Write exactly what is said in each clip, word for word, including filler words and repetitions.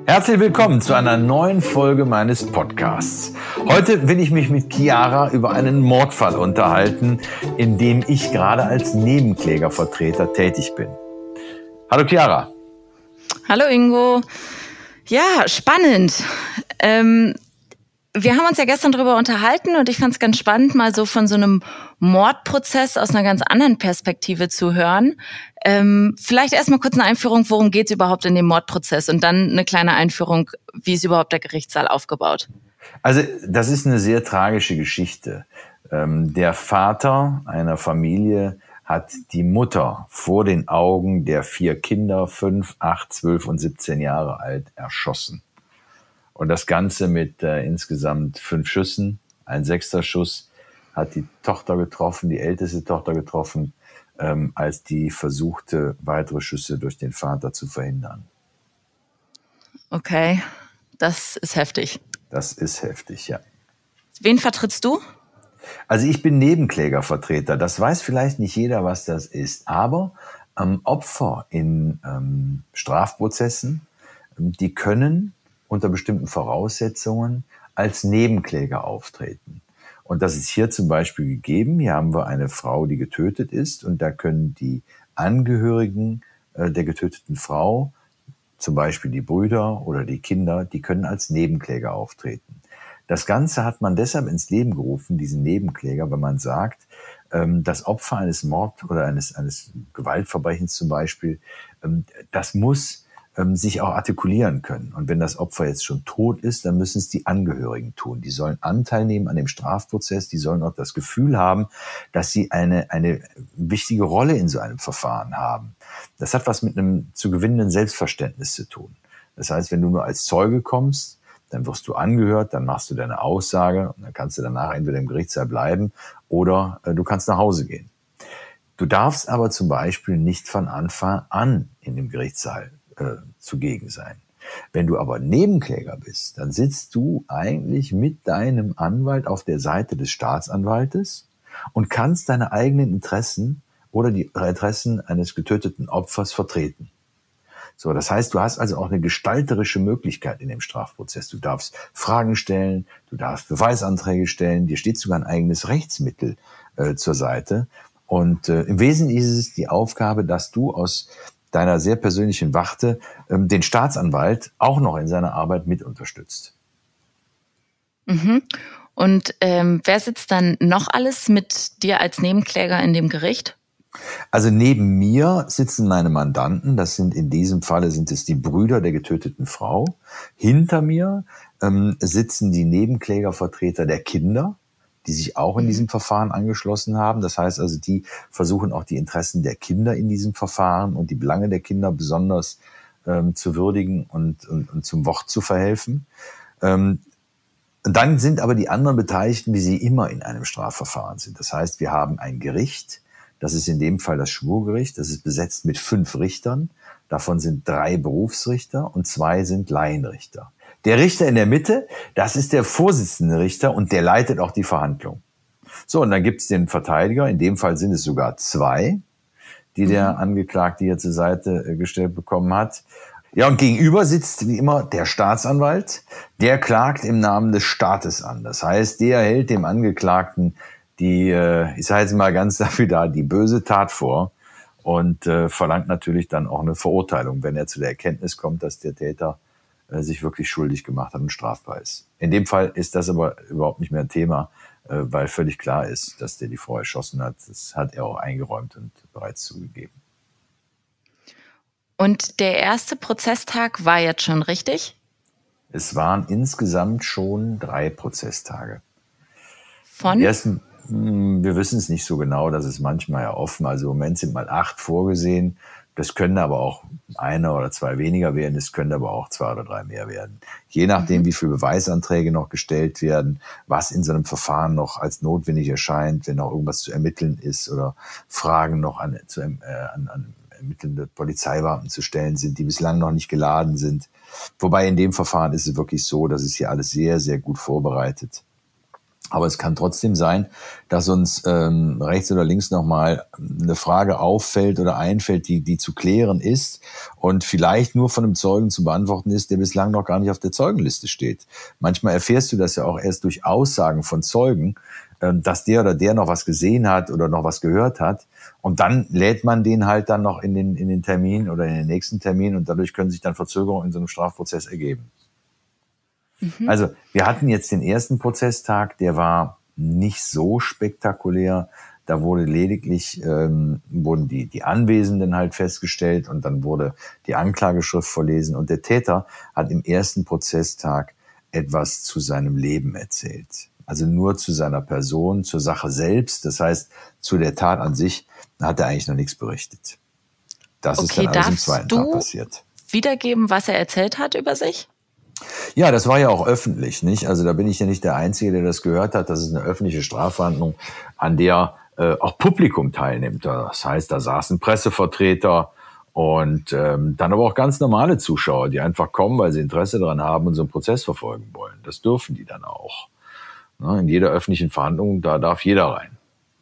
Herzlich willkommen zu einer neuen Folge meines Podcasts. Heute will ich mich mit Chiara über einen Mordfall unterhalten, in dem ich gerade als Nebenklägervertreter tätig bin. Hallo Chiara. Hallo Ingo. Ja, spannend. Ähm, wir haben uns ja gestern darüber unterhalten und ich fand es ganz spannend, mal so von so einem Mordprozess aus einer ganz anderen Perspektive zu hören. Ähm, vielleicht erstmal kurz eine Einführung, worum geht es überhaupt in dem Mordprozess und dann eine kleine Einführung, wie ist überhaupt der Gerichtssaal aufgebaut? Also das ist eine sehr tragische Geschichte. Ähm, der Vater einer Familie hat die Mutter vor den Augen der vier Kinder, fünf, acht, zwölf und siebzehn Jahre alt, erschossen. Und das Ganze mit äh, insgesamt fünf Schüssen, ein sechster Schuss hat die Tochter getroffen, die älteste Tochter getroffen, ähm, als die versuchte, weitere Schüsse durch den Vater zu verhindern. Okay, das ist heftig. Das ist heftig, ja. Wen vertrittst du? Also ich bin Nebenklägervertreter. Das weiß vielleicht nicht jeder, was das ist. Aber ähm, Opfer in ähm, Strafprozessen, ähm, die können unter bestimmten Voraussetzungen als Nebenkläger auftreten. Und das ist hier zum Beispiel gegeben. Hier haben wir eine Frau, die getötet ist. Und da können die Angehörigen äh, der getöteten Frau, zum Beispiel die Brüder oder die Kinder, die können als Nebenkläger auftreten. Das Ganze hat man deshalb ins Leben gerufen, diesen Nebenkläger, weil man sagt, ähm, das Opfer eines Mord- oder eines, eines Gewaltverbrechens zum Beispiel, ähm, das muss ähm, sich auch artikulieren können. Und wenn das Opfer jetzt schon tot ist, dann müssen es die Angehörigen tun. Die sollen Anteil nehmen an dem Strafprozess, die sollen auch das Gefühl haben, dass sie eine, eine wichtige Rolle in so einem Verfahren haben. Das hat was mit einem zu gewinnenden Selbstverständnis zu tun. Das heißt, wenn du nur als Zeuge kommst, dann wirst du angehört, dann machst du deine Aussage und dann kannst du danach entweder im Gerichtssaal bleiben oder äh, du kannst nach Hause gehen. Du darfst aber zum Beispiel nicht von Anfang an in dem Gerichtssaal äh, zugegen sein. Wenn du aber Nebenkläger bist, dann sitzt du eigentlich mit deinem Anwalt auf der Seite des Staatsanwaltes und kannst deine eigenen Interessen oder die Interessen eines getöteten Opfers vertreten. So, das heißt, du hast also auch eine gestalterische Möglichkeit in dem Strafprozess. Du darfst Fragen stellen, du darfst Beweisanträge stellen, dir steht sogar ein eigenes Rechtsmittel äh, zur Seite. Und äh, im Wesentlichen ist es die Aufgabe, dass du aus deiner sehr persönlichen Warte ähm, den Staatsanwalt auch noch in seiner Arbeit mit unterstützt. Mhm. Und ähm, wer sitzt dann noch alles mit dir als Nebenkläger in dem Gericht? Also neben mir sitzen meine Mandanten, das sind in diesem Falle sind es die Brüder der getöteten Frau. Hinter mir ähm, sitzen die Nebenklägervertreter der Kinder, die sich auch in diesem Verfahren angeschlossen haben. Das heißt also, die versuchen auch die Interessen der Kinder in diesem Verfahren und die Belange der Kinder besonders ähm, zu würdigen und, und, und zum Wort zu verhelfen. Ähm, dann sind aber die anderen Beteiligten, wie sie immer in einem Strafverfahren sind. Das heißt, wir haben ein Gericht, das ist in dem Fall das Schwurgericht, das ist besetzt mit fünf Richtern. Davon sind drei Berufsrichter und zwei sind Laienrichter. Der Richter in der Mitte, das ist der Vorsitzende Richter und der leitet auch die Verhandlung. So, und dann gibt's den Verteidiger, in dem Fall sind es sogar zwei, die der Angeklagte hier zur Seite gestellt bekommen hat. Ja, und gegenüber sitzt wie immer der Staatsanwalt, der klagt im Namen des Staates an. Das heißt, der hält dem Angeklagten die, ich sage jetzt mal ganz lapidar, die böse Tat vor und äh, verlangt natürlich dann auch eine Verurteilung, wenn er zu der Erkenntnis kommt, dass der Täter äh, sich wirklich schuldig gemacht hat und strafbar ist. In dem Fall ist das aber überhaupt nicht mehr ein Thema, äh, weil völlig klar ist, dass der die Frau erschossen hat. Das hat er auch eingeräumt und bereits zugegeben. Und der erste Prozesstag war jetzt schon richtig? Es waren insgesamt schon drei Prozesstage. Von? Die ersten Wir wissen es nicht so genau, das ist manchmal ja offen. Also im Moment sind mal acht vorgesehen. Das können aber auch eine oder zwei weniger werden. Es können aber auch zwei oder drei mehr werden. Je nachdem, mhm. wie viele Beweisanträge noch gestellt werden, was in so einem Verfahren noch als notwendig erscheint, wenn noch irgendwas zu ermitteln ist oder Fragen noch an, zu, äh, an, an ermittelnde Polizeibeamten zu stellen sind, die bislang noch nicht geladen sind. Wobei in dem Verfahren ist es wirklich so, dass es hier alles sehr, sehr gut vorbereitet Aber es kann trotzdem sein, dass uns ähm, rechts oder links nochmal eine Frage auffällt oder einfällt, die, die zu klären ist und vielleicht nur von einem Zeugen zu beantworten ist, der bislang noch gar nicht auf der Zeugenliste steht. Manchmal erfährst du das ja auch erst durch Aussagen von Zeugen, ähm, dass der oder der noch was gesehen hat oder noch was gehört hat. Und dann lädt man den halt dann noch in den, in den Termin oder in den nächsten Termin und dadurch können sich dann Verzögerungen in so einem Strafprozess ergeben. Also wir hatten jetzt den ersten Prozesstag, der war nicht so spektakulär. Da wurde lediglich, ähm, wurden die, die Anwesenden halt festgestellt und dann wurde die Anklageschrift vorlesen. Und der Täter hat im ersten Prozesstag etwas zu seinem Leben erzählt. Also nur zu seiner Person, zur Sache selbst. Das heißt, zu der Tat an sich hat er eigentlich noch nichts berichtet. Das okay, ist dann alles im darfst zweiten du Tag passiert. Wiedergeben, was er erzählt hat über sich? Ja, das war ja auch öffentlich, nicht? Also da bin ich ja nicht der Einzige, der das gehört hat. Das ist eine öffentliche Strafverhandlung, an der äh, auch Publikum teilnimmt. Das heißt, da saßen Pressevertreter und ähm, dann aber auch ganz normale Zuschauer, die einfach kommen, weil sie Interesse daran haben und so einen Prozess verfolgen wollen. Das dürfen die dann auch. Ne? In jeder öffentlichen Verhandlung, da darf jeder rein.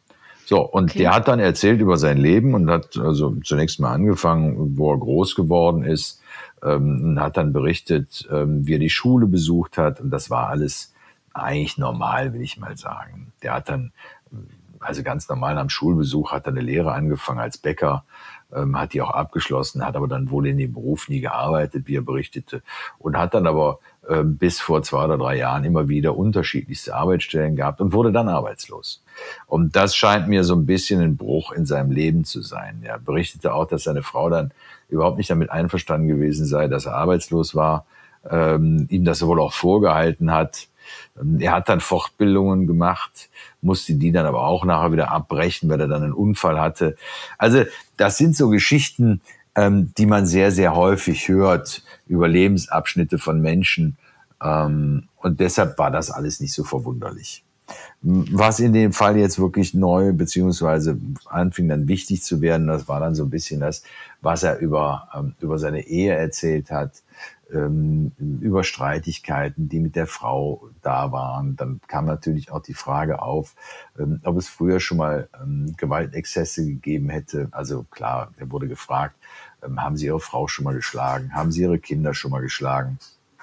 So, und okay. Der hat dann erzählt über sein Leben und hat also zunächst mal angefangen, wo er groß geworden ist, ähm, hat dann berichtet, ähm, wie er die Schule besucht hat. Und das war alles eigentlich normal, will ich mal sagen. Der hat dann, also ganz normal am Schulbesuch, hat er eine Lehre angefangen als Bäcker, ähm, hat die auch abgeschlossen, hat aber dann wohl in dem Beruf nie gearbeitet, wie er berichtete. Und hat dann aber ähm, bis vor zwei oder drei Jahren immer wieder unterschiedlichste Arbeitsstellen gehabt und wurde dann arbeitslos. Und das scheint mir so ein bisschen ein Bruch in seinem Leben zu sein. Er berichtete auch, dass seine Frau dann überhaupt nicht damit einverstanden gewesen sei, dass er arbeitslos war, ähm, ihm das wohl auch vorgehalten hat. Er hat dann Fortbildungen gemacht, musste die dann aber auch nachher wieder abbrechen, weil er dann einen Unfall hatte. Also das sind so Geschichten, ähm, die man sehr, sehr häufig hört über Lebensabschnitte von Menschen. Ähm, und deshalb war das alles nicht so verwunderlich. Was in dem Fall jetzt wirklich neu beziehungsweise anfing dann wichtig zu werden, das war dann so ein bisschen das, was er über, ähm, über seine Ehe erzählt hat, ähm, über Streitigkeiten, die mit der Frau da waren. Dann kam natürlich auch die Frage auf, ähm, ob es früher schon mal ähm, Gewaltexzesse gegeben hätte. Also klar, er wurde gefragt, ähm, haben Sie Ihre Frau schon mal geschlagen? Haben Sie Ihre Kinder schon mal geschlagen?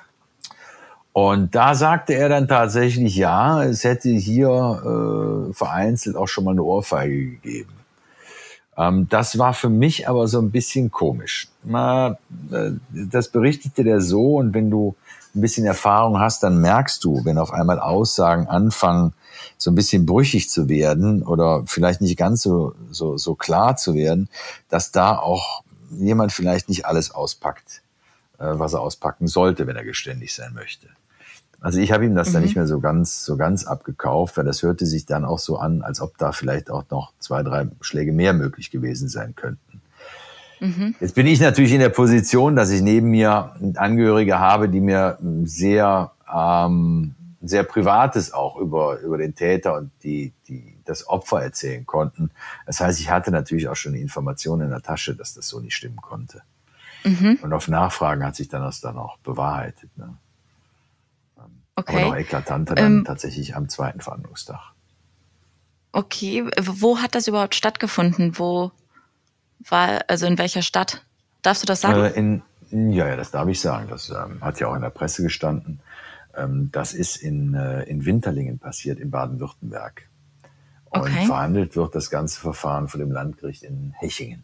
Und da sagte er dann tatsächlich, ja, es hätte hier äh, vereinzelt auch schon mal eine Ohrfeige gegeben. Ähm, das war für mich aber so ein bisschen komisch. Na, äh, das berichtete der so, und wenn du ein bisschen Erfahrung hast, dann merkst du, wenn auf einmal Aussagen anfangen, so ein bisschen brüchig zu werden oder vielleicht nicht ganz so, so, so klar zu werden, dass da auch jemand vielleicht nicht alles auspackt, äh, was er auspacken sollte, wenn er geständig sein möchte. Also ich habe ihm das mhm. dann nicht mehr so ganz, so ganz abgekauft, weil das hörte sich dann auch so an, als ob da vielleicht auch noch zwei, drei Schläge mehr möglich gewesen sein könnten. Mhm. Jetzt bin ich natürlich in der Position, dass ich neben mir Angehörige habe, die mir sehr, ähm, sehr Privates auch über, über den Täter und die, die, das Opfer erzählen konnten. Das heißt, ich hatte natürlich auch schon die Information in der Tasche, dass das so nicht stimmen konnte. Mhm. Und auf Nachfragen hat sich dann das dann auch bewahrheitet, ne? Okay. Aber noch eklatanter dann ähm, tatsächlich am zweiten Verhandlungstag. Okay, wo hat das überhaupt stattgefunden? Wo war, also in welcher Stadt? Darfst du das sagen? Äh, in, ja, ja, das darf ich sagen. Das ähm, hat ja auch in der Presse gestanden. Ähm, das ist in, äh, in Winterlingen passiert, in Baden-Württemberg. Und okay. verhandelt wird das ganze Verfahren vor dem Landgericht in Hechingen.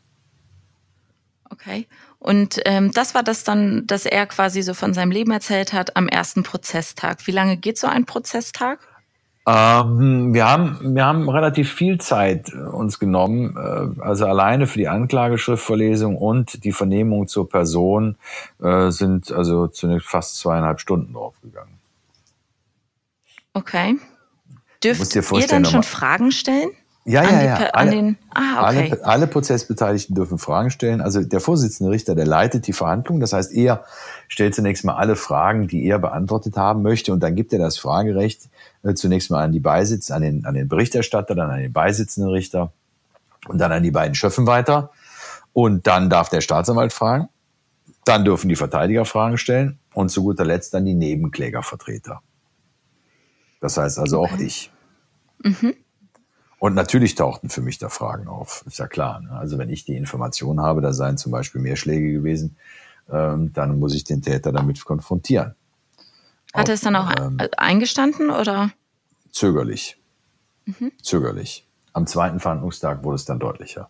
Okay. Und ähm, das war das dann, dass er quasi so von seinem Leben erzählt hat am ersten Prozesstag. Wie lange geht so ein Prozesstag? Ähm, wir haben wir haben relativ viel Zeit uns genommen, äh, also alleine für die Anklageschriftvorlesung und die Vernehmung zur Person äh, sind also zunächst fast zweieinhalb Stunden draufgegangen. Okay. Dürft ihr dann schon Fragen stellen? Ja, ja, ja. Die, alle, den, ah, okay. alle, alle Prozessbeteiligten dürfen Fragen stellen. Also der Vorsitzende Richter, der leitet die Verhandlung. Das heißt, er stellt zunächst mal alle Fragen, die er beantwortet haben möchte. Und dann gibt er das Fragerecht äh, zunächst mal an die Beisitz, an den, an den Berichterstatter, dann an den beisitzenden Richter und dann an die beiden Schöffen weiter. Und dann darf der Staatsanwalt fragen. Dann dürfen die Verteidiger Fragen stellen. Und zu guter Letzt dann die Nebenklägervertreter. Das heißt also okay. auch ich. Mhm. Und natürlich tauchten für mich da Fragen auf, ist ja klar. Ne? Also wenn ich die Information habe, da seien zum Beispiel mehr Schläge gewesen, ähm, dann muss ich den Täter damit konfrontieren. Hat Ob, er es dann auch ähm, eingestanden oder? zögerlich, Mhm. zögerlich. Am zweiten Verhandlungstag wurde es dann deutlicher.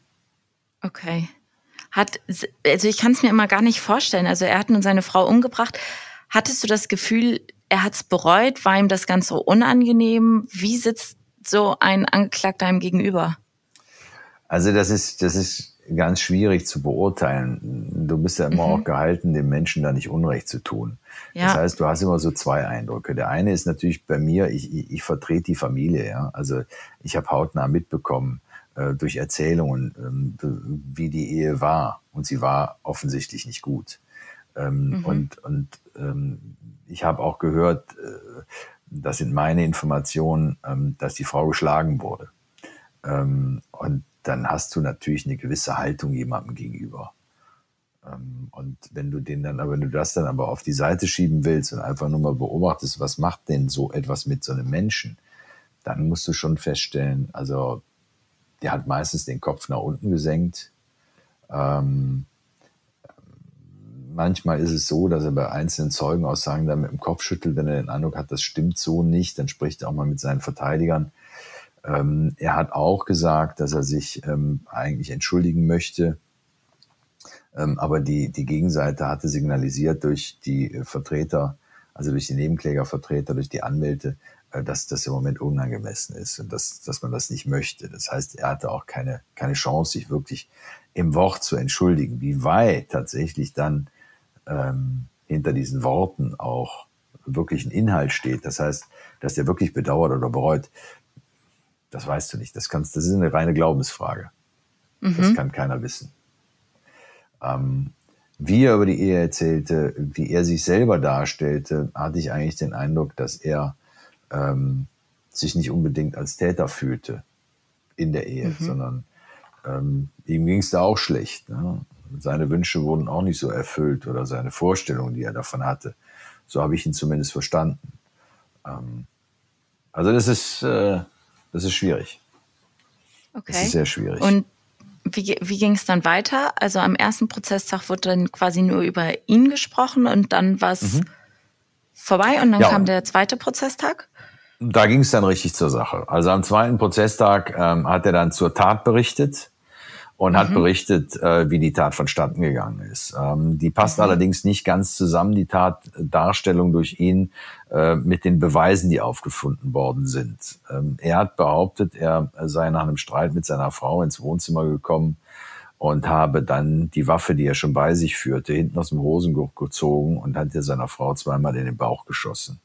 Okay. Hat, also ich kann es mir immer gar nicht vorstellen. Also er hat nun seine Frau umgebracht. Hattest du das Gefühl, er hat es bereut? War ihm das Ganze so unangenehm? Wie sitzt so ein Angeklagter ihm gegenüber? Also das ist, das ist ganz schwierig zu beurteilen. Du bist ja immer Mhm. auch gehalten, dem Menschen da nicht Unrecht zu tun. Ja. Das heißt, du hast immer so zwei Eindrücke. Der eine ist natürlich bei mir, ich, ich, ich vertrete die Familie. Ja? Also ich habe hautnah mitbekommen äh, durch Erzählungen, ähm, wie die Ehe war. Und sie war offensichtlich nicht gut. Ähm, Mhm. Und, und ähm, ich habe auch gehört, äh, das sind meine Informationen, ähm, dass die Frau geschlagen wurde. Ähm, und dann hast du natürlich eine gewisse Haltung jemandem gegenüber. Ähm, und wenn du den dann, aber wenn du das dann aber auf die Seite schieben willst und einfach nur mal beobachtest, was macht denn so etwas mit so einem Menschen, dann musst du schon feststellen, also der hat meistens den Kopf nach unten gesenkt. Ähm, manchmal ist es so, dass er bei einzelnen Zeugenaussagen dann mit dem Kopf schüttelt, wenn er den Eindruck hat, das stimmt so nicht, dann spricht er auch mal mit seinen Verteidigern. Ähm, er hat auch gesagt, dass er sich ähm, eigentlich entschuldigen möchte, ähm, aber die, die Gegenseite hatte signalisiert durch die Vertreter, also durch die Nebenklägervertreter, durch die Anwälte, äh, dass das im Moment unangemessen ist und dass, dass man das nicht möchte. Das heißt, er hatte auch keine, keine Chance, sich wirklich im Wort zu entschuldigen. Wie weit tatsächlich dann ähm, hinter diesen Worten auch wirklich ein Inhalt steht, das heißt, dass er wirklich bedauert oder bereut, das weißt du nicht. Das, kannst, das ist eine reine Glaubensfrage. Mhm. Das kann keiner wissen. Ähm, wie er über die Ehe erzählte, wie er sich selber darstellte, hatte ich eigentlich den Eindruck, dass er ähm, sich nicht unbedingt als Täter fühlte in der Ehe, mhm. sondern ähm, ihm ging es da auch schlecht. Ne? Seine Wünsche wurden auch nicht so erfüllt oder seine Vorstellungen, die er davon hatte. So habe ich ihn zumindest verstanden. Ähm, also das ist... Äh, Das ist schwierig. Okay. Das ist sehr schwierig. Und wie, wie ging es dann weiter? Also am ersten Prozesstag wurde dann quasi nur über ihn gesprochen und dann war es mhm. vorbei und dann ja, kam der zweite Prozesstag? Da ging es dann richtig zur Sache. Also am zweiten Prozesstag ähm, hat er dann zur Tat berichtet und mhm. hat berichtet, äh, wie die Tat vonstatten gegangen ist. Ähm, die passt mhm. allerdings nicht ganz zusammen, die Tatdarstellung durch ihn, äh, mit den Beweisen, die aufgefunden worden sind. Ähm, er hat behauptet, er sei nach einem Streit mit seiner Frau ins Wohnzimmer gekommen und habe dann die Waffe, die er schon bei sich führte, hinten aus dem Hosengurt gezogen und hat seiner Frau zweimal in den Bauch geschossen.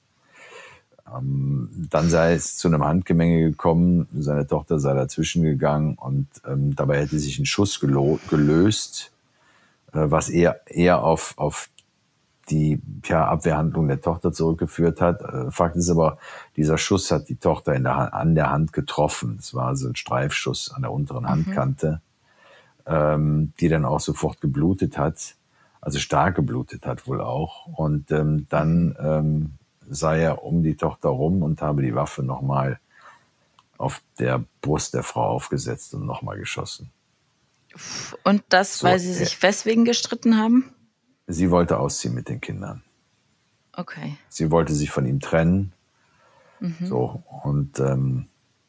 Ähm, dann sei es zu einem Handgemenge gekommen, seine Tochter sei dazwischen gegangen und ähm, dabei hätte sich ein Schuss gelo- gelöst, äh, was eher, eher auf, auf die ja, Abwehrhandlung der Tochter zurückgeführt hat. Äh, Fakt ist aber, dieser Schuss hat die Tochter in der Hand, an der Hand getroffen. Es war also ein Streifschuss an der unteren Handkante, mhm. ähm, die dann auch sofort geblutet hat, also stark geblutet hat wohl auch. Und ähm, dann ähm, sei er um die Tochter rum und habe die Waffe nochmal auf der Brust der Frau aufgesetzt und nochmal geschossen. Und das, so, weil sie sich weswegen gestritten haben? Sie wollte ausziehen mit den Kindern. Okay. Sie wollte sich von ihm trennen. Mhm. So, und ähm,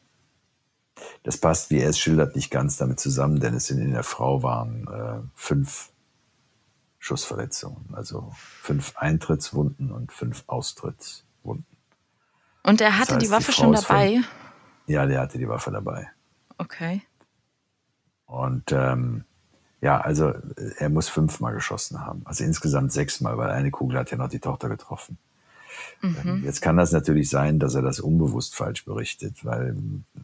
das passt, wie er es schildert, nicht ganz damit zusammen, denn es sind in der Frau waren äh, fünf Schussverletzungen, also fünf Eintrittswunden und fünf Austrittswunden. Und er hatte das heißt, die Waffe die schon dabei? Von, ja, der hatte die Waffe dabei. Okay. Und ähm, ja, also er muss fünfmal geschossen haben. Also insgesamt sechsmal, weil eine Kugel hat ja noch die Tochter getroffen. Mhm. Jetzt kann das natürlich sein, dass er das unbewusst falsch berichtet, weil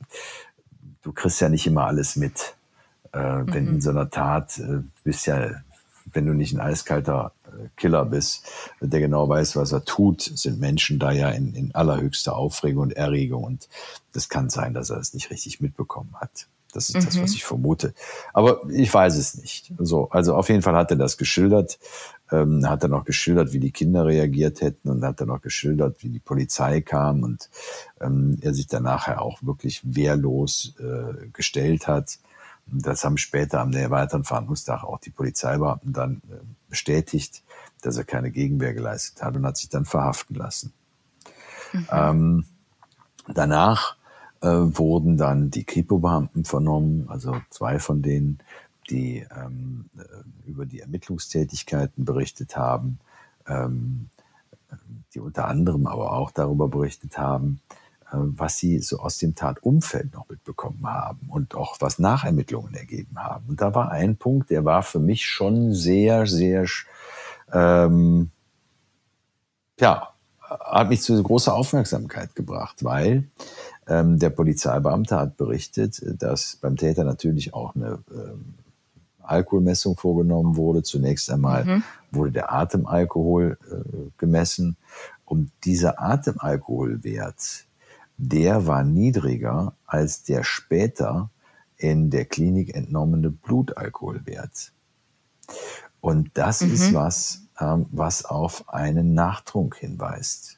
du kriegst ja nicht immer alles mit. Äh, mhm. Wenn in so einer Tat, äh, bist ja, wenn du nicht ein eiskalter äh, Killer bist, der genau weiß, was er tut, sind Menschen da ja in, in allerhöchster Aufregung und Erregung. Und das kann sein, dass er es nicht richtig mitbekommen hat. Das ist mhm. das, was ich vermute. Aber ich weiß es nicht. So, also auf jeden Fall hat er das geschildert. Ähm, hat er noch geschildert, wie die Kinder reagiert hätten und hat er noch geschildert, wie die Polizei kam und ähm, er sich dann nachher auch wirklich wehrlos äh, gestellt hat. Das haben später am weiteren Verhandlungstag auch die Polizeibeamten dann äh, bestätigt, dass er keine Gegenwehr geleistet hat und hat sich dann verhaften lassen. Mhm. Ähm, danach äh, wurden dann die Kripo-Beamten vernommen, also zwei von denen, die ähm, über die Ermittlungstätigkeiten berichtet haben, ähm, die unter anderem aber auch darüber berichtet haben, äh, was sie so aus dem Tatumfeld noch mitbekommen haben und auch was Nachermittlungen ergeben haben. Und da war ein Punkt, der war für mich schon sehr, sehr, ähm, ja, hat mich zu großer Aufmerksamkeit gebracht, weil ähm, der Polizeibeamte hat berichtet, dass beim Täter natürlich auch eine ähm, Alkoholmessung vorgenommen wurde. Zunächst einmal mhm. wurde der Atemalkohol äh, gemessen und dieser Atemalkoholwert, der war niedriger als der später in der Klinik entnommene Blutalkoholwert. Und das mhm. ist was, ähm, was auf einen Nachtrunk hinweist.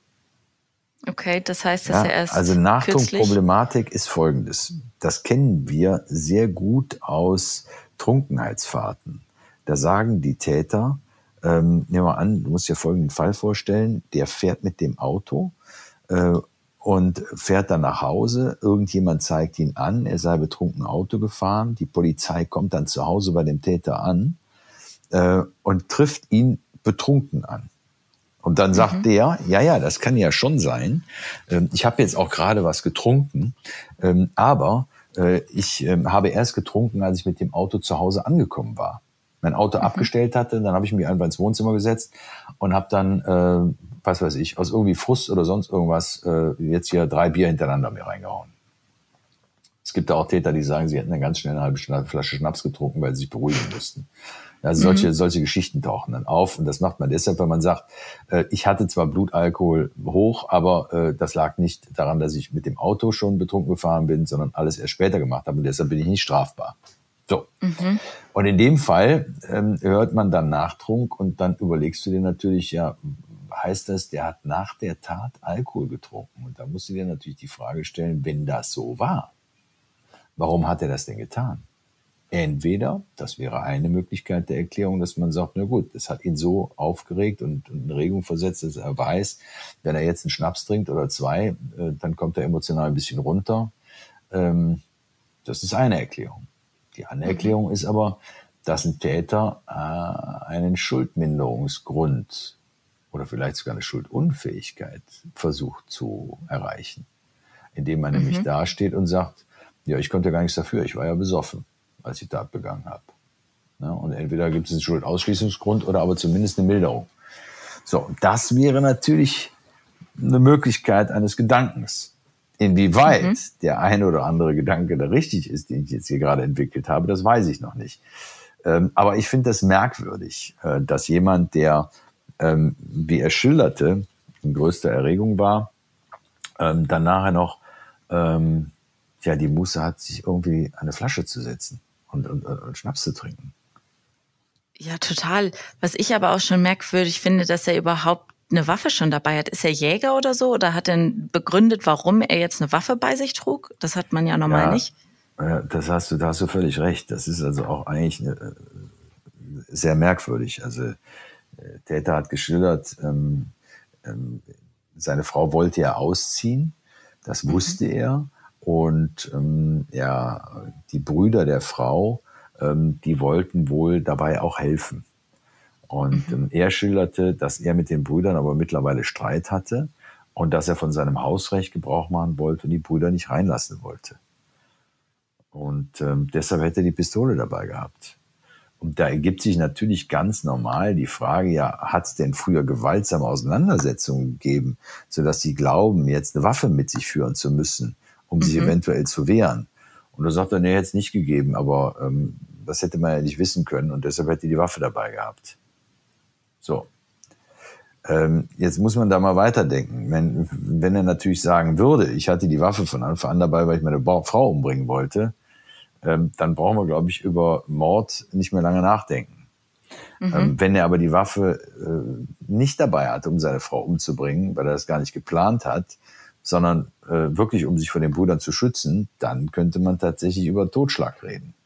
Okay, das heißt, dass ja, er erst Also Nachtrunkproblematik ist folgendes. Das kennen wir sehr gut aus Trunkenheitsfahrten. Da sagen die Täter, ähm, nehmen wir an, du musst dir folgenden Fall vorstellen, der fährt mit dem Auto äh, und fährt dann nach Hause, irgendjemand zeigt ihn an, er sei betrunken Auto gefahren, die Polizei kommt dann zu Hause bei dem Täter an äh, und trifft ihn betrunken an. Und dann sagt mhm. der, ja, ja, das kann ja schon sein, ähm, ich habe jetzt auch gerade was getrunken, ähm, aber ich äh, habe erst getrunken, als ich mit dem Auto zu Hause angekommen war. Mein Auto mhm. abgestellt hatte, dann habe ich mich einfach ins Wohnzimmer gesetzt und habe dann, äh, was weiß ich, aus irgendwie Frust oder sonst irgendwas äh, jetzt hier drei Bier hintereinander mir reingehauen. Es gibt da auch Täter, die sagen, sie hätten dann ganz schnell eine halbe Flasche Schnaps getrunken, weil sie sich beruhigen mussten. Also solche, mhm. solche Geschichten tauchen dann auf und das macht man deshalb, weil man sagt, äh, ich hatte zwar Blutalkohol hoch, aber äh, das lag nicht daran, dass ich mit dem Auto schon betrunken gefahren bin, sondern alles erst später gemacht habe und deshalb bin ich nicht strafbar. So. Mhm. Und in dem Fall ähm, hört man dann Nachtrunk und dann überlegst du dir natürlich, ja, heißt das, der hat nach der Tat Alkohol getrunken? Und da musst du dir natürlich die Frage stellen, wenn das so war, warum hat er das denn getan? Entweder, das wäre eine Möglichkeit der Erklärung, dass man sagt, na gut, das hat ihn so aufgeregt und in Regung versetzt, dass er weiß, wenn er jetzt einen Schnaps trinkt oder zwei, äh, dann kommt er emotional ein bisschen runter. Ähm, das ist eine Erklärung. Die andere mhm. Erklärung ist aber, dass ein Täter äh, einen Schuldminderungsgrund oder vielleicht sogar eine Schuldunfähigkeit versucht zu erreichen, indem man mhm. nämlich dasteht und sagt, ja, ich konnte gar nichts dafür, ich war ja besoffen, als ich Tat begangen habe. Ja, und entweder gibt es einen Schuldausschließungsgrund oder aber zumindest eine Milderung. So, das wäre natürlich eine Möglichkeit eines Gedankens. Inwieweit mhm. der eine oder andere Gedanke da richtig ist, den ich jetzt hier gerade entwickelt habe, das weiß ich noch nicht. Ähm, aber ich finde das merkwürdig, äh, dass jemand, der, ähm, wie er schilderte, in größter Erregung war, ähm, dann nachher noch ähm, ja, die Muße hat, sich irgendwie an eine Flasche zu setzen und, und, und Schnaps zu trinken. Ja, total. Was ich aber auch schon merkwürdig finde, dass er überhaupt eine Waffe schon dabei hat. Ist er Jäger oder so? Oder hat er begründet, warum er jetzt eine Waffe bei sich trug? Das hat man ja normal ja, nicht. Ja, das hast du, da hast du völlig recht. Das ist also auch eigentlich eine, sehr merkwürdig. Also der Täter hat geschildert, ähm, ähm, seine Frau wollte ja ausziehen. Das wusste mhm. er. Und ähm, ja, die Brüder der Frau, ähm, die wollten wohl dabei auch helfen. Und mhm. ähm, er schilderte, dass er mit den Brüdern aber mittlerweile Streit hatte und dass er von seinem Hausrecht Gebrauch machen wollte und die Brüder nicht reinlassen wollte. Und ähm, deshalb hätte er die Pistole dabei gehabt. Und da ergibt sich natürlich ganz normal die Frage, ja, hat es denn früher gewaltsame Auseinandersetzungen gegeben, sodass sie glauben, jetzt eine Waffe mit sich führen zu müssen, um sich mhm. eventuell zu wehren. Und da sagt er, nee, hätte es nicht gegeben, aber ähm, das hätte man ja nicht wissen können und deshalb hätte die Waffe dabei gehabt. So. Ähm, jetzt muss man da mal weiterdenken. Wenn, wenn er natürlich sagen würde, ich hatte die Waffe von Anfang an dabei, weil ich meine Frau umbringen wollte, ähm, dann brauchen wir, glaube ich, über Mord nicht mehr lange nachdenken. Mhm. Ähm, wenn er aber die Waffe äh, nicht dabei hat, um seine Frau umzubringen, weil er das gar nicht geplant hat, sondern äh, wirklich, um sich vor den Brüdern zu schützen, dann könnte man tatsächlich über Totschlag reden.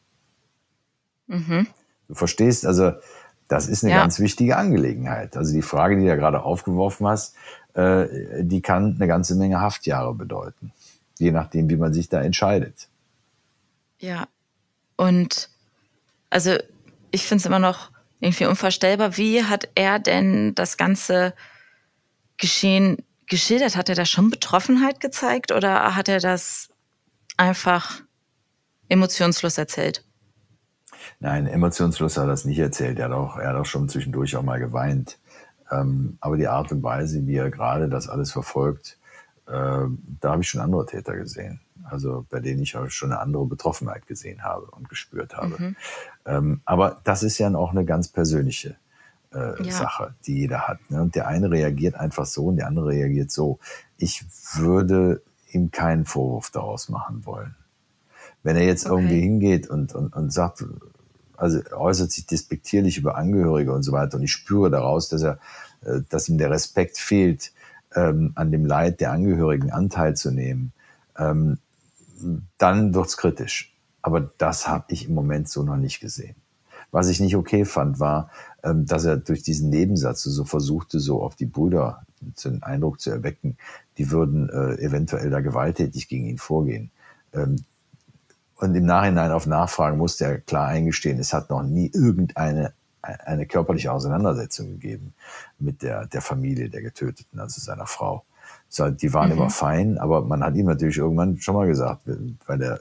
Mhm. Du verstehst, also das ist eine ja. ganz wichtige Angelegenheit. Also die Frage, die du ja gerade aufgeworfen hast, äh, die kann eine ganze Menge Haftjahre bedeuten, je nachdem, wie man sich da entscheidet. Ja, und also ich finde es immer noch irgendwie unvorstellbar. Wie hat er denn das ganze Geschehen geschildert? Hat er da schon Betroffenheit gezeigt oder hat er das einfach emotionslos erzählt? Nein, emotionslos hat er das nicht erzählt. Er hat auch, er hat auch schon zwischendurch auch mal geweint. Ähm, aber die Art und Weise, wie er gerade das alles verfolgt, äh, da habe ich schon andere Täter gesehen. Also bei denen ich auch schon eine andere Betroffenheit gesehen habe und gespürt habe. Mhm. Ähm, aber das ist ja auch eine ganz persönliche äh, ja. Sache, die jeder hat. Ne? Und der eine reagiert einfach so und der andere reagiert so. Ich würde ihm keinen Vorwurf daraus machen wollen. Wenn er jetzt okay. irgendwie hingeht und, und, und sagt, also er äußert sich despektierlich über Angehörige und so weiter und ich spüre daraus, dass er, dass ihm der Respekt fehlt, ähm, an dem Leid der Angehörigen Anteil zu nehmen, ähm, dann wird's kritisch. Aber das habe ich im Moment so noch nicht gesehen. Was ich nicht okay fand, war, ähm, dass er durch diesen Nebensatz so versuchte, so auf die Brüder den Eindruck zu erwecken, die würden äh, eventuell da gewalttätig gegen ihn vorgehen. Ähm, Und im Nachhinein auf Nachfragen musste er klar eingestehen, es hat noch nie irgendeine eine körperliche Auseinandersetzung gegeben mit der, der Familie der Getöteten, also seiner Frau. So, die waren mhm. immer fein, aber man hat ihm natürlich irgendwann schon mal gesagt, weil er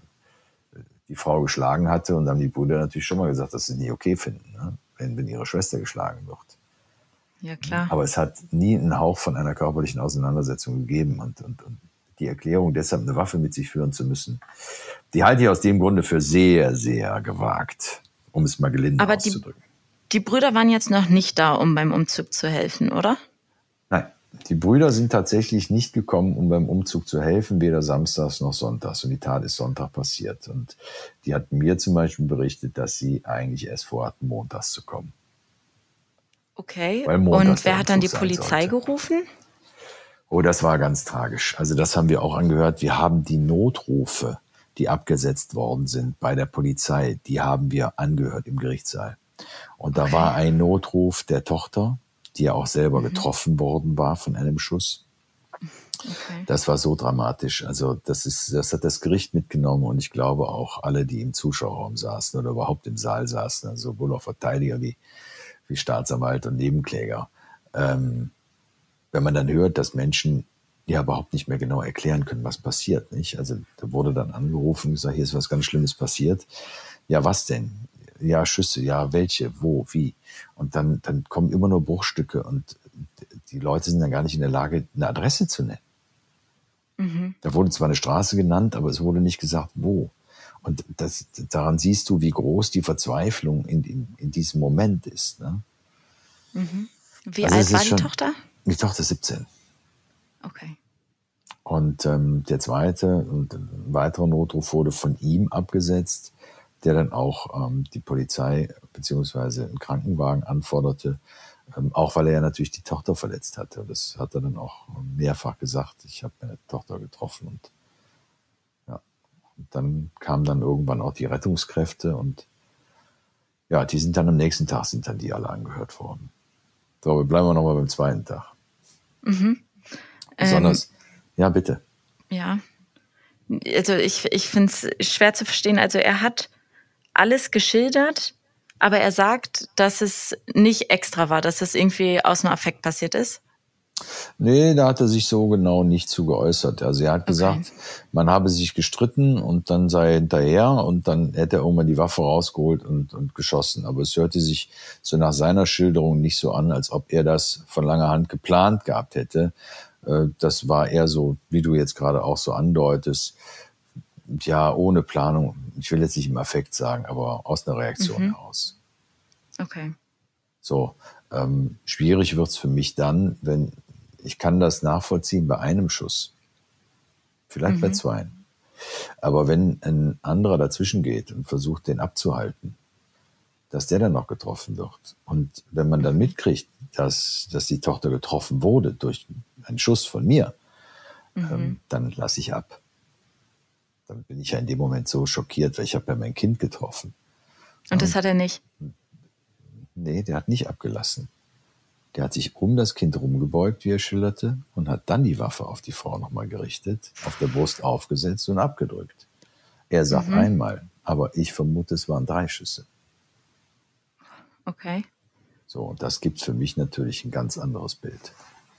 die Frau geschlagen hatte und dann haben die Brüder natürlich schon mal gesagt, dass sie es nicht okay finden, ne? wenn, wenn ihre Schwester geschlagen wird. Ja, klar. Aber es hat nie einen Hauch von einer körperlichen Auseinandersetzung gegeben und, und, und die Erklärung, deshalb eine Waffe mit sich führen zu müssen, die halte ich aus dem Grunde für sehr, sehr gewagt, um es mal gelinde Aber auszudrücken. Die, die Brüder waren jetzt noch nicht da, um beim Umzug zu helfen, oder? Nein, die Brüder sind tatsächlich nicht gekommen, um beim Umzug zu helfen, weder samstags noch sonntags. Und die Tat ist Sonntag passiert. Und die hatten mir zum Beispiel berichtet, dass sie eigentlich erst vorhatten, montags zu kommen. Okay, und wer hat dann die Polizei gerufen? Oh, das war ganz tragisch. Also das haben wir auch angehört. Wir haben die Notrufe, die abgesetzt worden sind bei der Polizei, die haben wir angehört im Gerichtssaal. Und da okay. war ein Notruf der Tochter, die ja auch selber mhm. getroffen worden war von einem Schuss. Okay. Das war so dramatisch. Also das ist, das hat das Gericht mitgenommen und ich glaube auch alle, die im Zuschauerraum saßen oder überhaupt im Saal saßen, also sowohl auch Verteidiger wie, wie Staatsanwalt und Nebenkläger. Ähm, wenn man dann hört, dass Menschen ja überhaupt nicht mehr genau erklären können, was passiert, nicht? Also da wurde dann angerufen und gesagt, hier ist was ganz Schlimmes passiert. Ja, was denn? Ja, Schüsse, ja, welche, wo, wie? Und dann, dann kommen immer nur Bruchstücke und die Leute sind dann gar nicht in der Lage, eine Adresse zu nennen. Mhm. Da wurde zwar eine Straße genannt, aber es wurde nicht gesagt, wo. Und das, daran siehst du, wie groß die Verzweiflung in, in, in diesem Moment ist. Ne? Mhm. Wie also alt war die schon, Tochter? Die Tochter siebzehn. Okay. Und ähm, der zweite und ein weiterer Notruf wurde von ihm abgesetzt, der dann auch ähm, die Polizei beziehungsweise einen Krankenwagen anforderte, ähm, auch weil er ja natürlich die Tochter verletzt hatte. Das hat er dann auch mehrfach gesagt, ich habe meine Tochter getroffen. Und, ja. und dann kamen dann irgendwann auch die Rettungskräfte und ja, die sind dann am nächsten Tag, sind dann die alle angehört worden. So, wir bleiben wir nochmal beim zweiten Tag. Mhm. Besonders, ähm, ja, bitte. Ja, also ich, ich finde es schwer zu verstehen. Also er hat alles geschildert, aber er sagt, dass es nicht extra war, dass es irgendwie aus einem Affekt passiert ist. Nee, da hat er sich so genau nicht zu geäußert. Also er hat okay. gesagt, man habe sich gestritten und dann sei er hinterher und dann hätte er irgendwann die Waffe rausgeholt und, und geschossen. Aber es hörte sich so nach seiner Schilderung nicht so an, als ob er das von langer Hand geplant gehabt hätte. Das war eher so, wie du jetzt gerade auch so andeutest, ja, ohne Planung. Ich will jetzt nicht im Affekt sagen, aber aus einer Reaktion mhm. heraus. Okay. So, ähm, schwierig wird's für mich dann, wenn ich kann das nachvollziehen bei einem Schuss, vielleicht mhm. bei zweien. Aber wenn ein anderer dazwischen geht und versucht, den abzuhalten, dass der dann noch getroffen wird. Und wenn man dann mitkriegt, dass, dass die Tochter getroffen wurde durch einen Schuss von mir, mhm. ähm, dann lasse ich ab. Dann bin ich ja in dem Moment so schockiert, weil ich habe ja mein Kind getroffen. Und das hat er nicht? Nee, der hat nicht abgelassen. Der hat sich um das Kind rumgebeugt, wie er schilderte, und hat dann die Waffe auf die Frau nochmal gerichtet, auf der Brust aufgesetzt und abgedrückt. Er sagt mhm. einmal, aber ich vermute, es waren drei Schüsse. Okay. So, und das gibt für mich natürlich ein ganz anderes Bild.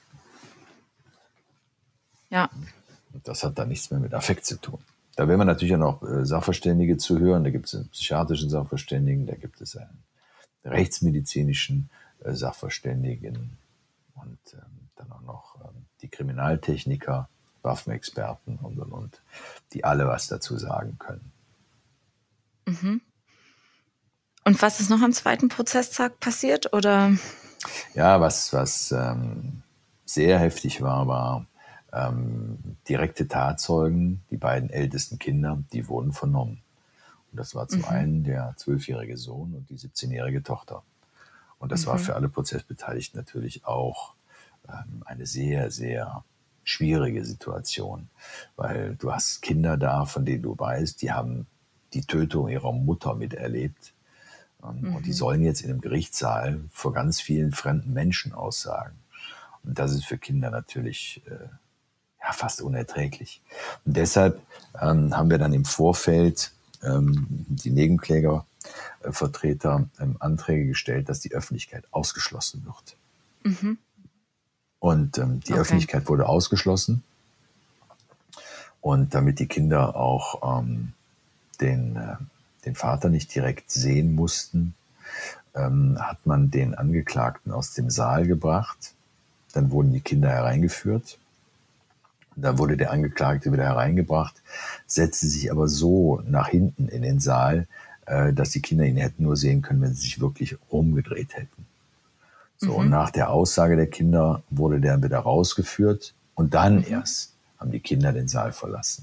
Ja. Und das hat dann nichts mehr mit Affekt zu tun. Da will man natürlich auch noch äh, Sachverständige zu hören. Da gibt es einen psychiatrischen Sachverständigen, da gibt es einen rechtsmedizinischen äh, Sachverständigen und ähm, dann auch noch ähm, die Kriminaltechniker, Waffenexperten und, und, und, die alle was dazu sagen können. Mhm. Und was ist noch am zweiten Prozesstag passiert? Oder? Ja, was, was ähm, sehr heftig war, war ähm, direkte Tatzeugen, die beiden ältesten Kinder, die wurden vernommen. Und das war zum mhm. einen der zwölfjährige Sohn und die siebzehnjährige Tochter. Und das mhm. war für alle Prozessbeteiligten natürlich auch ähm, eine sehr, sehr schwierige Situation, weil du hast Kinder da, von denen du weißt, die haben die Tötung ihrer Mutter miterlebt. Mhm. Und die sollen jetzt in einem Gerichtssaal vor ganz vielen fremden Menschen aussagen. Und das ist für Kinder natürlich äh, ja, fast unerträglich. Und deshalb ähm, haben wir dann im Vorfeld ähm, die Nebenklägervertreter ähm, Anträge gestellt, dass die Öffentlichkeit ausgeschlossen wird. Mhm. Und ähm, die okay. Öffentlichkeit wurde ausgeschlossen. Und damit die Kinder auch ähm, den, äh, den Vater nicht direkt sehen mussten, ähm, hat man den Angeklagten aus dem Saal gebracht. Dann wurden die Kinder hereingeführt. Da wurde der Angeklagte wieder hereingebracht, setzte sich aber so nach hinten in den Saal, äh, dass die Kinder ihn hätten nur sehen können, wenn sie sich wirklich rumgedreht hätten. So, mhm. und nach der Aussage der Kinder wurde der wieder rausgeführt und dann mhm. erst haben die Kinder den Saal verlassen.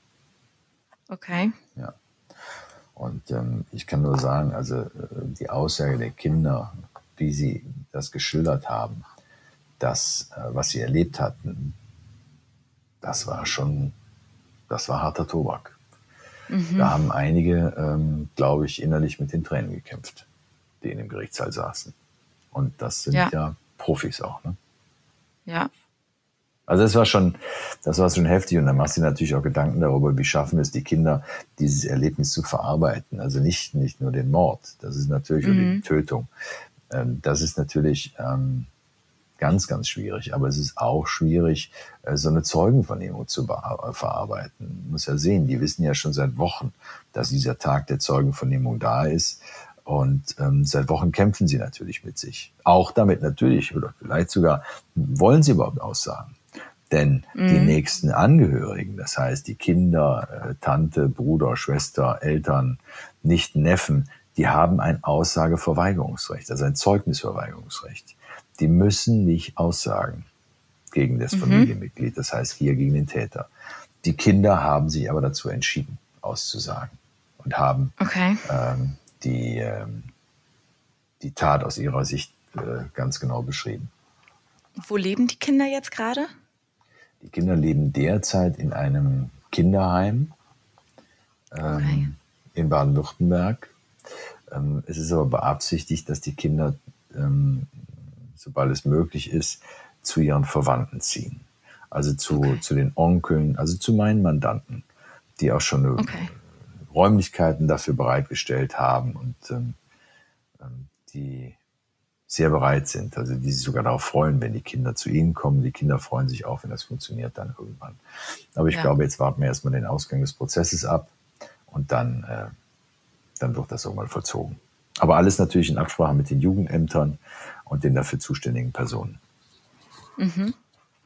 Okay. Ja. Und ähm, ich kann nur sagen, also äh, die Aussage der Kinder, wie sie das geschildert haben, das, äh, was sie erlebt hatten, das war schon, das war harter Tobak. Mhm. Da haben einige, ähm, glaube ich, innerlich mit den Tränen gekämpft, die in dem Gerichtssaal saßen. Und das sind ja, ja Profis auch, ne? Ja. Also das war schon, das war schon heftig. Und dann machst du dir natürlich auch Gedanken darüber, wie schaffen es die Kinder, dieses Erlebnis zu verarbeiten. Also nicht, nicht nur den Mord, das ist natürlich, mhm. oder die Tötung. Ähm, das ist natürlich ähm, ganz, ganz schwierig. Aber es ist auch schwierig, äh, so eine Zeugenvernehmung zu verarbeiten. Man muss ja sehen, die wissen ja schon seit Wochen, dass dieser Tag der Zeugenvernehmung da ist. Und ähm, seit Wochen kämpfen sie natürlich mit sich. Auch damit natürlich, oder vielleicht sogar, wollen sie überhaupt aussagen. Denn mhm. die nächsten Angehörigen, das heißt die Kinder, äh, Tante, Bruder, Schwester, Eltern, Nichten, Neffen, die haben ein Aussageverweigerungsrecht, also ein Zeugnisverweigerungsrecht. Die müssen nicht aussagen gegen das mhm. Familienmitglied, das heißt hier gegen den Täter. Die Kinder haben sich aber dazu entschieden, auszusagen und haben okay. ähm, die, ähm, die Tat aus ihrer Sicht äh, ganz genau beschrieben. Wo leben die Kinder jetzt gerade? Die Kinder leben derzeit in einem Kinderheim ähm, okay. in Baden-Württemberg. Ähm, es ist aber beabsichtigt, dass die Kinder, ähm, sobald es möglich ist, zu ihren Verwandten ziehen. Also zu, okay. zu den Onkeln, also zu meinen Mandanten, die auch schon eine okay. Räumlichkeiten dafür bereitgestellt haben und ähm, die sehr bereit sind, also die sich sogar darauf freuen, wenn die Kinder zu ihnen kommen. Die Kinder freuen sich auch, wenn das funktioniert dann irgendwann. Aber ich ja. glaube, jetzt warten wir erstmal den Ausgang des Prozesses ab und dann, äh, dann wird das irgendwann vollzogen. Aber alles natürlich in Absprache mit den Jugendämtern und den dafür zuständigen Personen. Mhm.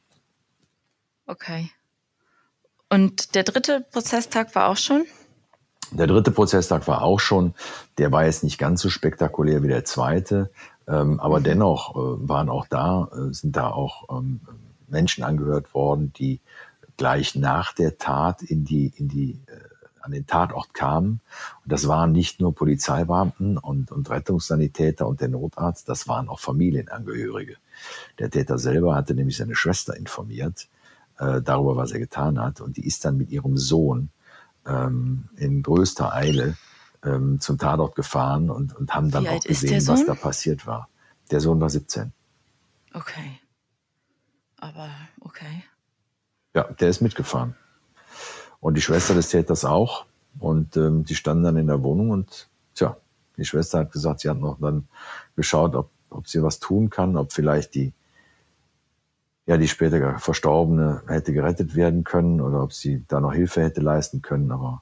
Okay. Und der dritte Prozesstag war auch schon? Der dritte Prozesstag war auch schon. Der war jetzt nicht ganz so spektakulär wie der zweite. Ähm, aber mhm. dennoch äh, waren auch da, äh, sind da auch ähm, Menschen angehört worden, die gleich nach der Tat in die, in die, äh, an den Tatort kamen. Und das waren nicht nur Polizeibeamten und, und Rettungssanitäter und der Notarzt, das waren auch Familienangehörige. Der Täter selber hatte nämlich seine Schwester informiert äh, darüber, was er getan hat. Und die ist dann mit ihrem Sohn ähm, in größter Eile ähm, zum Tatort gefahren und, und haben dann Wie auch alt ist der gesehen, was Sohn? da passiert war. Der Sohn war siebzehn. Okay. Aber okay. Ja, der ist mitgefahren. Und die Schwester des Täters auch. Und ähm, die standen dann in der Wohnung und tja, die Schwester hat gesagt, sie hat noch dann geschaut, ob, ob sie was tun kann, ob vielleicht die, ja, die später Verstorbene hätte gerettet werden können oder ob sie da noch Hilfe hätte leisten können, aber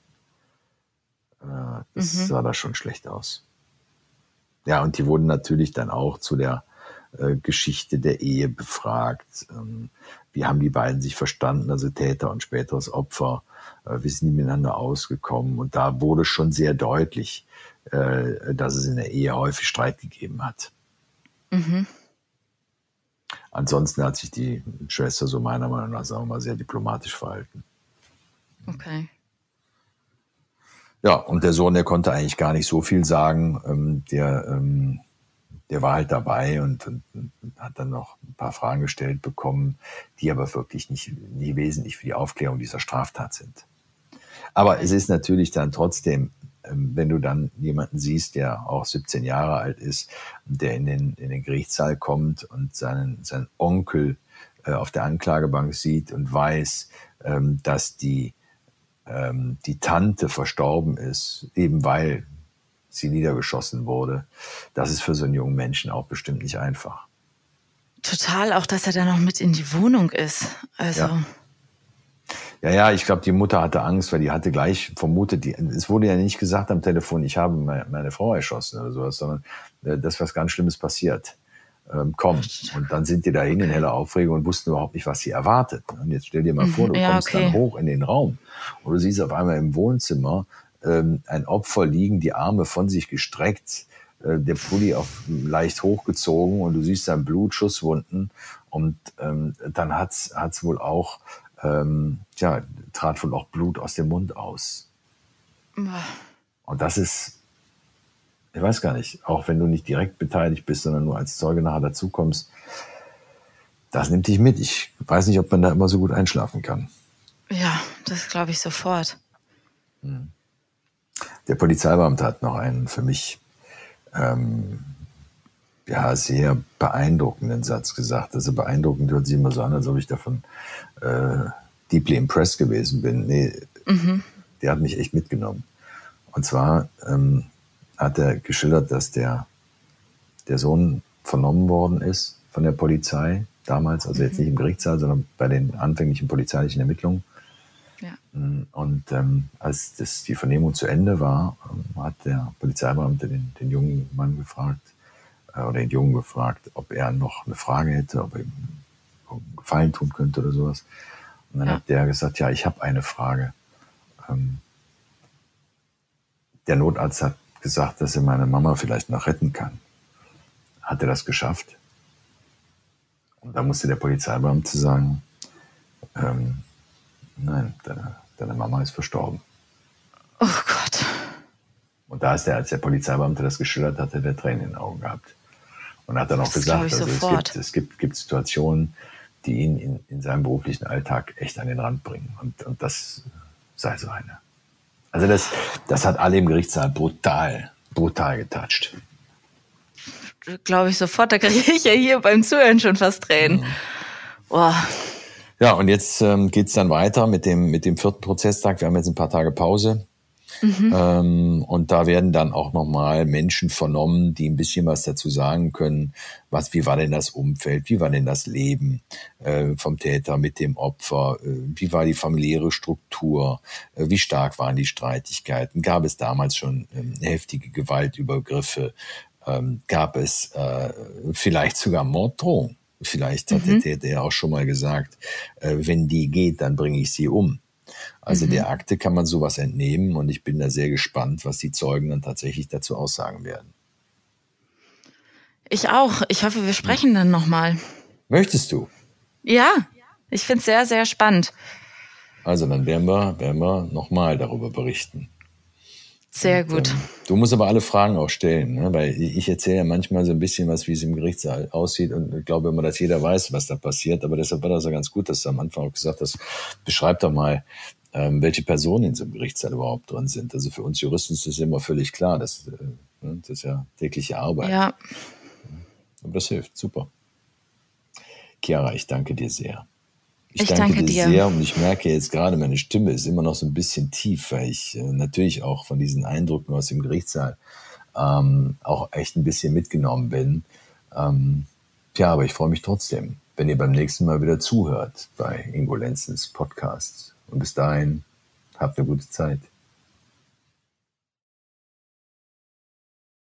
äh, das Mhm. sah da schon schlecht aus. Ja, und die wurden natürlich dann auch zu der äh, Geschichte der Ehe befragt. Ähm, wie haben die beiden sich verstanden, also Täter und späteres Opfer? Äh, wie sind die miteinander ausgekommen? Und da wurde schon sehr deutlich, äh, dass es in der Ehe häufig Streit gegeben hat. Mhm. Ansonsten hat sich die Schwester so meiner Meinung nach, sagen wir mal, sehr diplomatisch verhalten. Okay. Ja, und der Sohn, der konnte eigentlich gar nicht so viel sagen. Ähm, der, ähm, der war halt dabei und, und, und hat dann noch ein paar Fragen gestellt bekommen, die aber wirklich nicht, nicht wesentlich für die Aufklärung dieser Straftat sind. Aber Okay. es ist natürlich dann trotzdem, ähm, wenn du dann jemanden siehst, der auch siebzehn Jahre alt ist, der in den, in den Gerichtssaal kommt und seinen, seinen Onkel äh, auf der Anklagebank sieht und weiß, ähm, dass die die Tante verstorben ist, eben weil sie niedergeschossen wurde, das ist für so einen jungen Menschen auch bestimmt nicht einfach. Total, auch dass er da noch mit in die Wohnung ist. Also. Ja, ja, ja ich glaube, die Mutter hatte Angst, weil die hatte gleich vermutet, die, es wurde ja nicht gesagt am Telefon, ich habe meine, meine Frau erschossen oder sowas, sondern äh, dass was ganz Schlimmes passiert. Ähm, komm. Und dann sind die dahin in heller Aufregung und wussten überhaupt nicht, was sie erwartet. Und jetzt stell dir mal vor, du ja, kommst okay. dann hoch in den Raum und du siehst auf einmal im Wohnzimmer ähm, ein Opfer liegen, die Arme von sich gestreckt, äh, der Pulli auf, leicht hochgezogen und du siehst dann Blut, Schusswunden und ähm, dann hat's hat's wohl auch, ähm, ja, trat wohl auch Blut aus dem Mund aus. Und das ist, ich weiß gar nicht, auch wenn du nicht direkt beteiligt bist, sondern nur als Zeuge nachher dazukommst, das nimmt dich mit. Ich weiß nicht, ob man da immer so gut einschlafen kann. Ja, das glaube ich sofort. Der Polizeibeamte hat noch einen für mich ähm, ja, sehr beeindruckenden Satz gesagt. Also beeindruckend hört sich immer so an, als ob ich davon äh, deeply impressed gewesen bin. Nee, mhm. Der hat mich echt mitgenommen. Und zwar ähm, hat er geschildert, dass der, der Sohn vernommen worden ist von der Polizei damals, also jetzt nicht im Gerichtssaal, sondern bei den anfänglichen polizeilichen Ermittlungen. Ja. Und ähm, als das, die Vernehmung zu Ende war, ähm, hat der Polizeibeamte den, den jungen Mann gefragt, äh, oder den Jungen gefragt, ob er noch eine Frage hätte, ob er ihm einen Gefallen tun könnte oder sowas. Und dann ja. hat der gesagt, ja, ich habe eine Frage. Ähm, der Notarzt hat gesagt, dass er meine Mama vielleicht noch retten kann. Hat er das geschafft? Und da musste der Polizeibeamte sagen, ähm, nein, deine, deine Mama ist verstorben. Oh Gott. Und da ist er, als der Polizeibeamte das geschildert hatte, der Tränen in den Augen gehabt. Und hat dann auch das gesagt, also es, sofort. gibt, es gibt, gibt Situationen, die ihn in, in seinem beruflichen Alltag echt an den Rand bringen. Und, und das sei so eine. Also das, das hat alle im Gerichtssaal brutal, brutal getatscht. Glaube ich sofort, da kriege ich ja hier beim Zuhören schon fast Tränen. Mhm. Boah. Ja, und jetzt ähm, geht's dann weiter mit dem, mit dem vierten Prozesstag. Wir haben jetzt ein paar Tage Pause. Mhm. Ähm, und da werden dann auch nochmal Menschen vernommen, die ein bisschen was dazu sagen können. Was, wie war denn das Umfeld? Wie war denn das Leben äh, vom Täter mit dem Opfer? Äh, wie war die familiäre Struktur? Äh, wie stark waren die Streitigkeiten? Gab es damals schon ähm, heftige Gewaltübergriffe? Ähm, gab es äh, vielleicht sogar Morddrohungen? Vielleicht hat mhm. der Täter ja auch schon mal gesagt, äh, wenn die geht, dann bringe ich sie um. Also mhm. der Akte kann man sowas entnehmen und ich bin da sehr gespannt, was die Zeugen dann tatsächlich dazu aussagen werden. Ich auch. Ich hoffe, wir sprechen hm. dann nochmal. Möchtest du? Ja. Ich finde es sehr, sehr spannend. Also dann werden wir, werden wir nochmal darüber berichten. Sehr Und, gut. Ähm, du musst aber alle Fragen auch stellen, ne? Weil ich erzähle ja manchmal so ein bisschen was, wie es im Gerichtssaal aussieht und ich glaube immer, dass jeder weiß, was da passiert. Aber deshalb war das ja ganz gut, dass du am Anfang auch gesagt hast, beschreib doch mal, ähm, welche Personen in so einem Gerichtssaal überhaupt drin sind. Also für uns Juristen ist das immer völlig klar. Das, äh, das ist ja tägliche Arbeit. Ja. Aber das hilft, super. Chiara, ich danke dir sehr. Ich, Ich danke, danke dir, dir. sehr und ich merke jetzt gerade, meine Stimme ist immer noch so ein bisschen tief, weil ich äh, natürlich auch von diesen Eindrücken aus dem Gerichtssaal ähm, auch echt ein bisschen mitgenommen bin. Ähm, tja, aber ich freue mich trotzdem, wenn ihr beim nächsten Mal wieder zuhört bei Ingo Lenzens Podcast. Und bis dahin, habt eine gute Zeit.